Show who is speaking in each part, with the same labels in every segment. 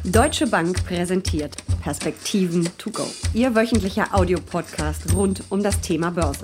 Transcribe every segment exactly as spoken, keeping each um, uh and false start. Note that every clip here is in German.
Speaker 1: Deutsche Bank präsentiert Perspektiven to go, Ihr wöchentlicher Audiopodcast rund um das Thema Börse.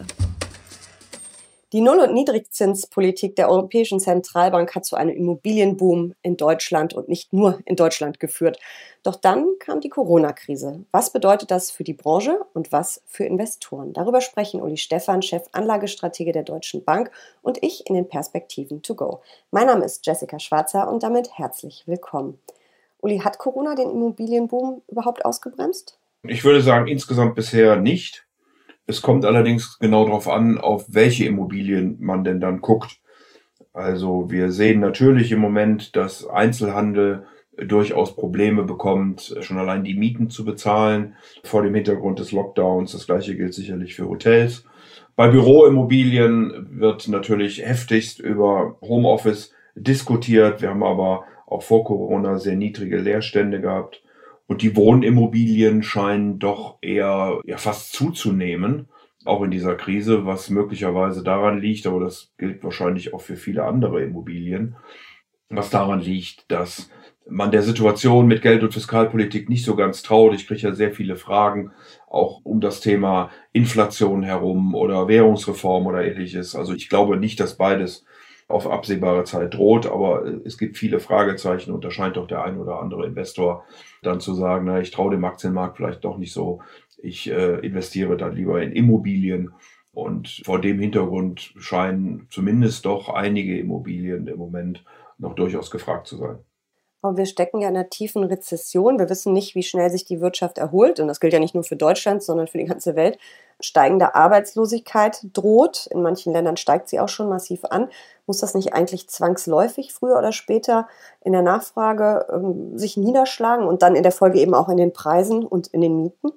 Speaker 2: Die Null- und Niedrigzinspolitik der Europäischen Zentralbank hat zu einem Immobilienboom in Deutschland und nicht nur in Deutschland geführt. Doch dann kam die Corona-Krise. Was bedeutet das für die Branche und was für Investoren? Darüber sprechen Uli Stephan, Chefanlagestratege der Deutschen Bank, und ich in den Perspektiven to go. Mein Name ist Jessica Schwarzer und damit herzlich willkommen. Uli, hat Corona den Immobilienboom überhaupt ausgebremst?
Speaker 3: Ich würde sagen, insgesamt bisher nicht. Es kommt allerdings genau darauf an, auf welche Immobilien man denn dann guckt. Also wir sehen natürlich im Moment, dass Einzelhandel durchaus Probleme bekommt, schon allein die Mieten zu bezahlen vor dem Hintergrund des Lockdowns. Das Gleiche gilt sicherlich für Hotels. Bei Büroimmobilien wird natürlich heftigst über Homeoffice diskutiert. Wir haben aber auch vor Corona sehr niedrige Leerstände gehabt. Und die Wohnimmobilien scheinen doch eher ja, fast zuzunehmen, auch in dieser Krise, was möglicherweise daran liegt, aber das gilt wahrscheinlich auch für viele andere Immobilien, was daran liegt, dass man der Situation mit Geld- und Fiskalpolitik nicht so ganz traut. Ich kriege ja sehr viele Fragen, auch um das Thema Inflation herum oder Währungsreform oder ähnliches. Also ich glaube nicht, dass beides auf absehbare Zeit droht, aber es gibt viele Fragezeichen und da scheint doch der ein oder andere Investor dann zu sagen, na, ich traue dem Aktienmarkt vielleicht doch nicht so, ich äh, investiere dann lieber in Immobilien. Und vor dem Hintergrund scheinen zumindest doch einige Immobilien im Moment noch durchaus gefragt zu sein.
Speaker 2: Aber wir stecken ja in einer tiefen Rezession. Wir wissen nicht, wie schnell sich die Wirtschaft erholt. Und das gilt ja nicht nur für Deutschland, sondern für die ganze Welt. Steigende Arbeitslosigkeit droht. In manchen Ländern steigt sie auch schon massiv an. Muss das nicht eigentlich zwangsläufig früher oder später in der Nachfrage ähm, sich niederschlagen und dann in der Folge eben auch in den Preisen und in den Mieten?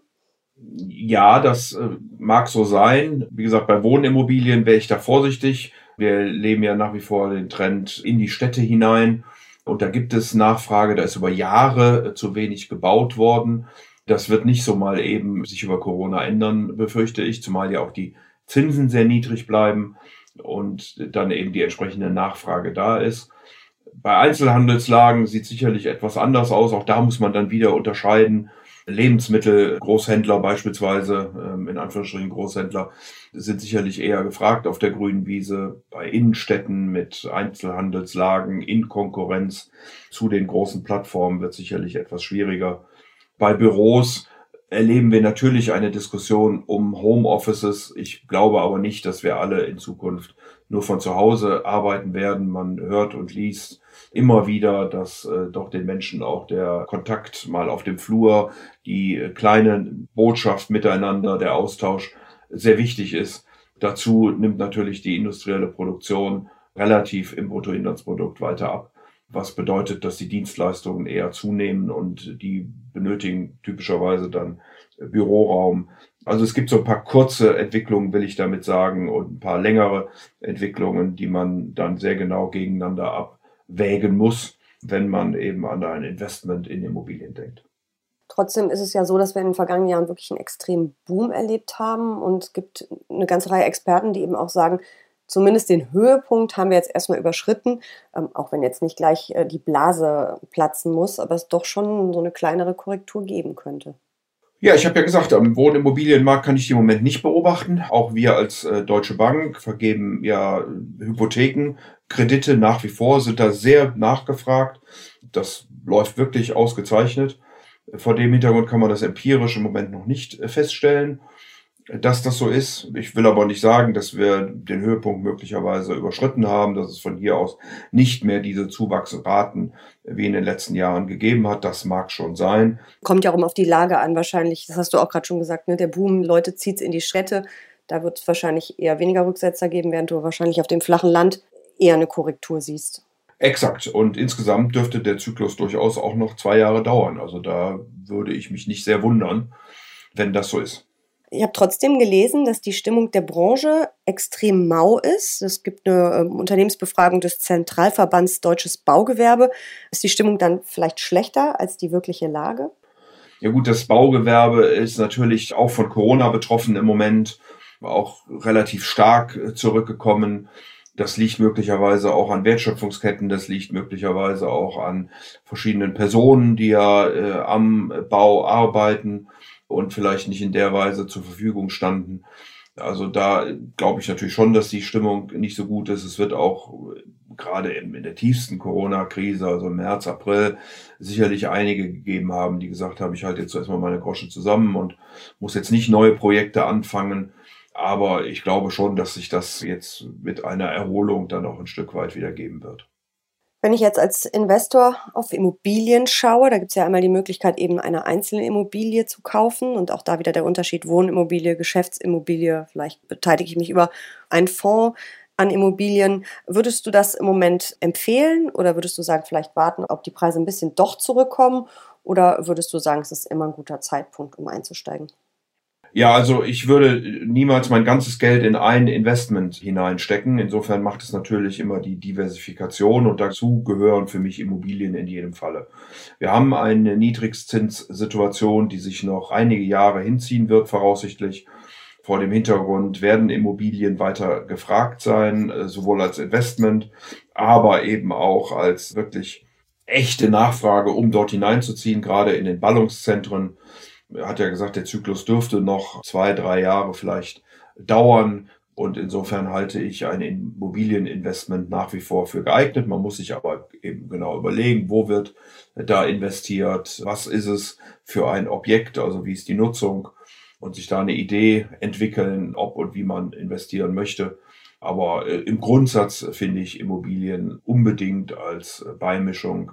Speaker 3: Ja, das äh, mag so sein. Wie gesagt, bei Wohnimmobilien wäre ich da vorsichtig. Wir leben ja nach wie vor den Trend in die Städte hinein. Und da gibt es Nachfrage, da ist über Jahre zu wenig gebaut worden. Das wird nicht so mal eben sich über Corona ändern, befürchte ich, zumal ja auch die Zinsen sehr niedrig bleiben und dann eben die entsprechende Nachfrage da ist. Bei Einzelhandelslagen sieht es sicherlich etwas anders aus. Auch da muss man dann wieder unterscheiden. Lebensmittel, Großhändler beispielsweise, in Anführungsstrichen Großhändler, sind sicherlich eher gefragt auf der grünen Wiese. Bei Innenstädten mit Einzelhandelslagen in Konkurrenz zu den großen Plattformen wird sicherlich etwas schwieriger. Bei Büros erleben wir natürlich eine Diskussion um Homeoffices. Ich glaube aber nicht, dass wir alle in Zukunft nur von zu Hause arbeiten werden. Man hört und liest immer wieder, dass äh, doch den Menschen auch der Kontakt mal auf dem Flur, die äh, kleine Botschaft miteinander, der Austausch sehr wichtig ist. Dazu nimmt natürlich die industrielle Produktion relativ im Bruttoinlandsprodukt weiter ab, was bedeutet, dass die Dienstleistungen eher zunehmen und die benötigen typischerweise dann Büroraum. Also es gibt so ein paar kurze Entwicklungen, will ich damit sagen, und ein paar längere Entwicklungen, die man dann sehr genau gegeneinander abwägen muss, wenn man eben an ein Investment in Immobilien denkt.
Speaker 2: Trotzdem ist es ja so, dass wir in den vergangenen Jahren wirklich einen extremen Boom erlebt haben, und es gibt eine ganze Reihe Experten, die eben auch sagen, zumindest den Höhepunkt haben wir jetzt erstmal überschritten, ähm, auch wenn jetzt nicht gleich äh, die Blase platzen muss, aber es doch schon so eine kleinere Korrektur geben könnte.
Speaker 3: Ja, ich habe ja gesagt, am Wohnimmobilienmarkt kann ich die im Moment nicht beobachten. Auch wir als äh, Deutsche Bank vergeben ja Hypotheken, Kredite nach wie vor, sind da sehr nachgefragt. Das läuft wirklich ausgezeichnet. Vor dem Hintergrund kann man das empirisch im Moment noch nicht äh, feststellen, dass das so ist. Ich will aber nicht sagen, dass wir den Höhepunkt möglicherweise überschritten haben, dass es von hier aus nicht mehr diese Zuwachsraten wie in den letzten Jahren gegeben hat. Das mag schon sein.
Speaker 2: Kommt ja auch immer auf die Lage an wahrscheinlich. Das hast du auch gerade schon gesagt, ne? Der Boom, Leute zieht es in die Städte. Da wird es wahrscheinlich eher weniger Rücksetzer geben, während du wahrscheinlich auf dem flachen Land eher eine Korrektur siehst.
Speaker 3: Exakt. Und insgesamt dürfte der Zyklus durchaus auch noch zwei Jahre dauern. Also da würde ich mich nicht sehr wundern, wenn das so ist.
Speaker 2: Ich habe trotzdem gelesen, dass die Stimmung der Branche extrem mau ist. Es gibt eine ähm, Unternehmensbefragung des Zentralverbands Deutsches Baugewerbe. Ist die Stimmung dann vielleicht schlechter als die wirkliche Lage?
Speaker 3: Ja gut, das Baugewerbe ist natürlich auch von Corona betroffen im Moment, auch relativ stark zurückgekommen. Das liegt möglicherweise auch an Wertschöpfungsketten, das liegt möglicherweise auch an verschiedenen Personen, die ja äh, am Bau arbeiten und vielleicht nicht in der Weise zur Verfügung standen. Also da glaube ich natürlich schon, dass die Stimmung nicht so gut ist. Es wird auch gerade in der tiefsten Corona-Krise, also im März, April, sicherlich einige gegeben haben, die gesagt haben, ich halte jetzt erstmal meine Groschen zusammen und muss jetzt nicht neue Projekte anfangen. Aber ich glaube schon, dass sich das jetzt mit einer Erholung dann auch ein Stück weit wieder geben wird.
Speaker 2: Wenn ich jetzt als Investor auf Immobilien schaue, da gibt es ja einmal die Möglichkeit, eben eine einzelne Immobilie zu kaufen und auch da wieder der Unterschied Wohnimmobilie, Geschäftsimmobilie. Vielleicht beteilige ich mich über einen Fonds an Immobilien. Würdest du das im Moment empfehlen oder würdest du sagen, vielleicht warten, ob die Preise ein bisschen doch zurückkommen, oder würdest du sagen, es ist immer ein guter Zeitpunkt, um einzusteigen?
Speaker 3: Ja, also ich würde niemals mein ganzes Geld in ein Investment hineinstecken. Insofern macht es natürlich immer die Diversifikation und dazu gehören für mich Immobilien in jedem Falle. Wir haben eine Niedrigzinssituation, die sich noch einige Jahre hinziehen wird, voraussichtlich. Vor dem Hintergrund werden Immobilien weiter gefragt sein, sowohl als Investment, aber eben auch als wirklich echte Nachfrage, um dort hineinzuziehen, gerade in den Ballungszentren. Er hat ja gesagt, der Zyklus dürfte noch zwei, drei Jahre vielleicht dauern. Und insofern halte ich ein Immobilieninvestment nach wie vor für geeignet. Man muss sich aber eben genau überlegen, wo wird da investiert, was ist es für ein Objekt, also wie ist die Nutzung, und sich da eine Idee entwickeln, ob und wie man investieren möchte. Aber äh, im Grundsatz finde ich Immobilien unbedingt als Beimischung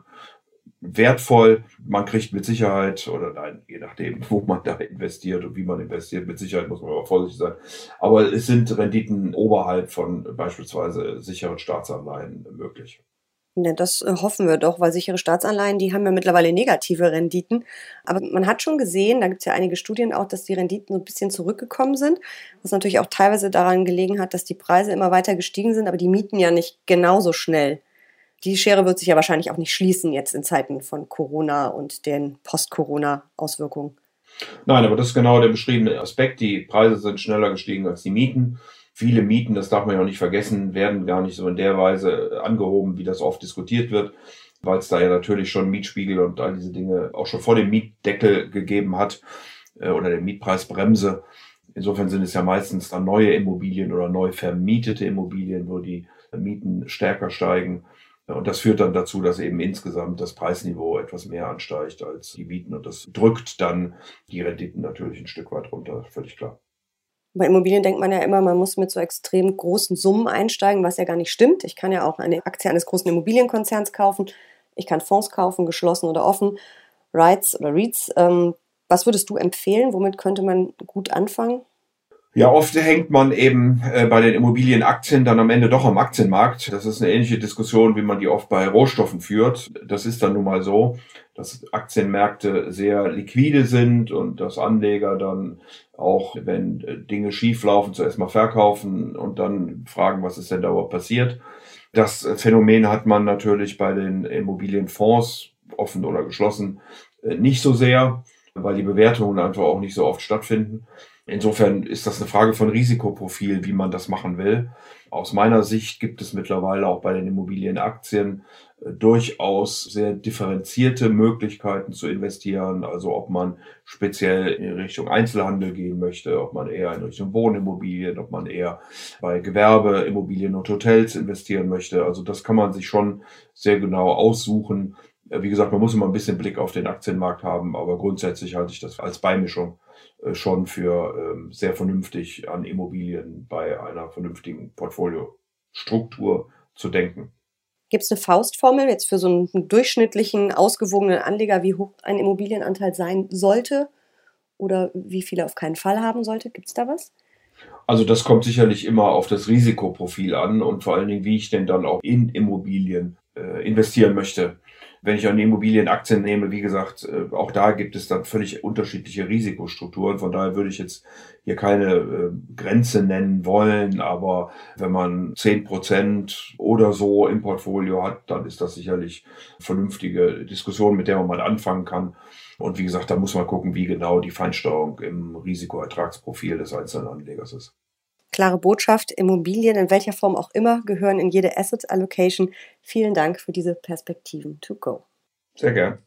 Speaker 3: wertvoll. Man kriegt mit Sicherheit, oder nein, je nachdem, wo man da investiert und wie man investiert, mit Sicherheit muss man aber vorsichtig sein. Aber es sind Renditen oberhalb von beispielsweise sicheren Staatsanleihen möglich.
Speaker 2: Ja, das äh, hoffen wir doch, weil sichere Staatsanleihen, die haben ja mittlerweile negative Renditen. Aber man hat schon gesehen, da gibt es ja einige Studien auch, dass die Renditen so ein bisschen zurückgekommen sind, was natürlich auch teilweise daran gelegen hat, dass die Preise immer weiter gestiegen sind, aber die Mieten ja nicht genauso schnell. Die Schere wird sich ja wahrscheinlich auch nicht schließen jetzt in Zeiten von Corona und den Post-Corona-Auswirkungen.
Speaker 3: Nein, aber das ist genau der beschriebene Aspekt. Die Preise sind schneller gestiegen als die Mieten. Viele Mieten, das darf man ja auch nicht vergessen, werden gar nicht so in der Weise angehoben, wie das oft diskutiert wird, weil es da ja natürlich schon Mietspiegel und all diese Dinge auch schon vor dem Mietdeckel gegeben hat oder der Mietpreisbremse. Insofern sind es ja meistens dann neue Immobilien oder neu vermietete Immobilien, wo die Mieten stärker steigen. Und das führt dann dazu, dass eben insgesamt das Preisniveau etwas mehr ansteigt als die Mieten. Und das drückt dann die Renditen natürlich ein Stück weit runter, völlig klar.
Speaker 2: Bei Immobilien denkt man ja immer, man muss mit so extrem großen Summen einsteigen, was ja gar nicht stimmt. Ich kann ja auch eine Aktie eines großen Immobilienkonzerns kaufen. Ich kann Fonds kaufen, geschlossen oder offen, REITs oder REITs. Ähm, was würdest du empfehlen? Womit könnte man gut anfangen?
Speaker 3: Ja, oft hängt man eben äh, bei den Immobilienaktien dann am Ende doch am Aktienmarkt. Das ist eine ähnliche Diskussion, wie man die oft bei Rohstoffen führt. Das ist dann nun mal so, dass Aktienmärkte sehr liquide sind und dass Anleger dann auch, wenn äh, Dinge schief laufen, zuerst mal verkaufen und dann fragen, was ist denn da überhaupt passiert. Das äh, Phänomen hat man natürlich bei den Immobilienfonds, offen oder geschlossen, äh, nicht so sehr, weil die Bewertungen einfach auch nicht so oft stattfinden. Insofern ist das eine Frage von Risikoprofil, wie man das machen will. Aus meiner Sicht gibt es mittlerweile auch bei den Immobilienaktien äh, durchaus sehr differenzierte Möglichkeiten zu investieren. Also ob man speziell in Richtung Einzelhandel gehen möchte, ob man eher in Richtung Wohnimmobilien, ob man eher bei Gewerbeimmobilien und Hotels investieren möchte. Also das kann man sich schon sehr genau aussuchen. Wie gesagt, man muss immer ein bisschen Blick auf den Aktienmarkt haben, aber grundsätzlich halte ich das als Beimischung schon für ähm, sehr vernünftig, an Immobilien bei einer vernünftigen Portfoliostruktur zu denken.
Speaker 2: Gibt es eine Faustformel jetzt für so einen durchschnittlichen, ausgewogenen Anleger, wie hoch ein Immobilienanteil sein sollte oder wie viel er auf keinen Fall haben sollte? Gibt es da was?
Speaker 3: Also das kommt sicherlich immer auf das Risikoprofil an und vor allen Dingen, wie ich denn dann auch in Immobilien äh, investieren möchte. Wenn ich eine Immobilienaktien nehme, wie gesagt, auch da gibt es dann völlig unterschiedliche Risikostrukturen. Von daher würde ich jetzt hier keine äh, Grenze nennen wollen. Aber wenn man zehn Prozent oder so im Portfolio hat, dann ist das sicherlich eine vernünftige Diskussion, mit der man mal anfangen kann. Und wie gesagt, da muss man gucken, wie genau die Feinsteuerung im Risikoertragsprofil des einzelnen Anlegers ist.
Speaker 2: Klare Botschaft, Immobilien in welcher Form auch immer gehören in jede Asset Allocation. Vielen Dank für diese Perspektiven to go.
Speaker 3: Sehr gern.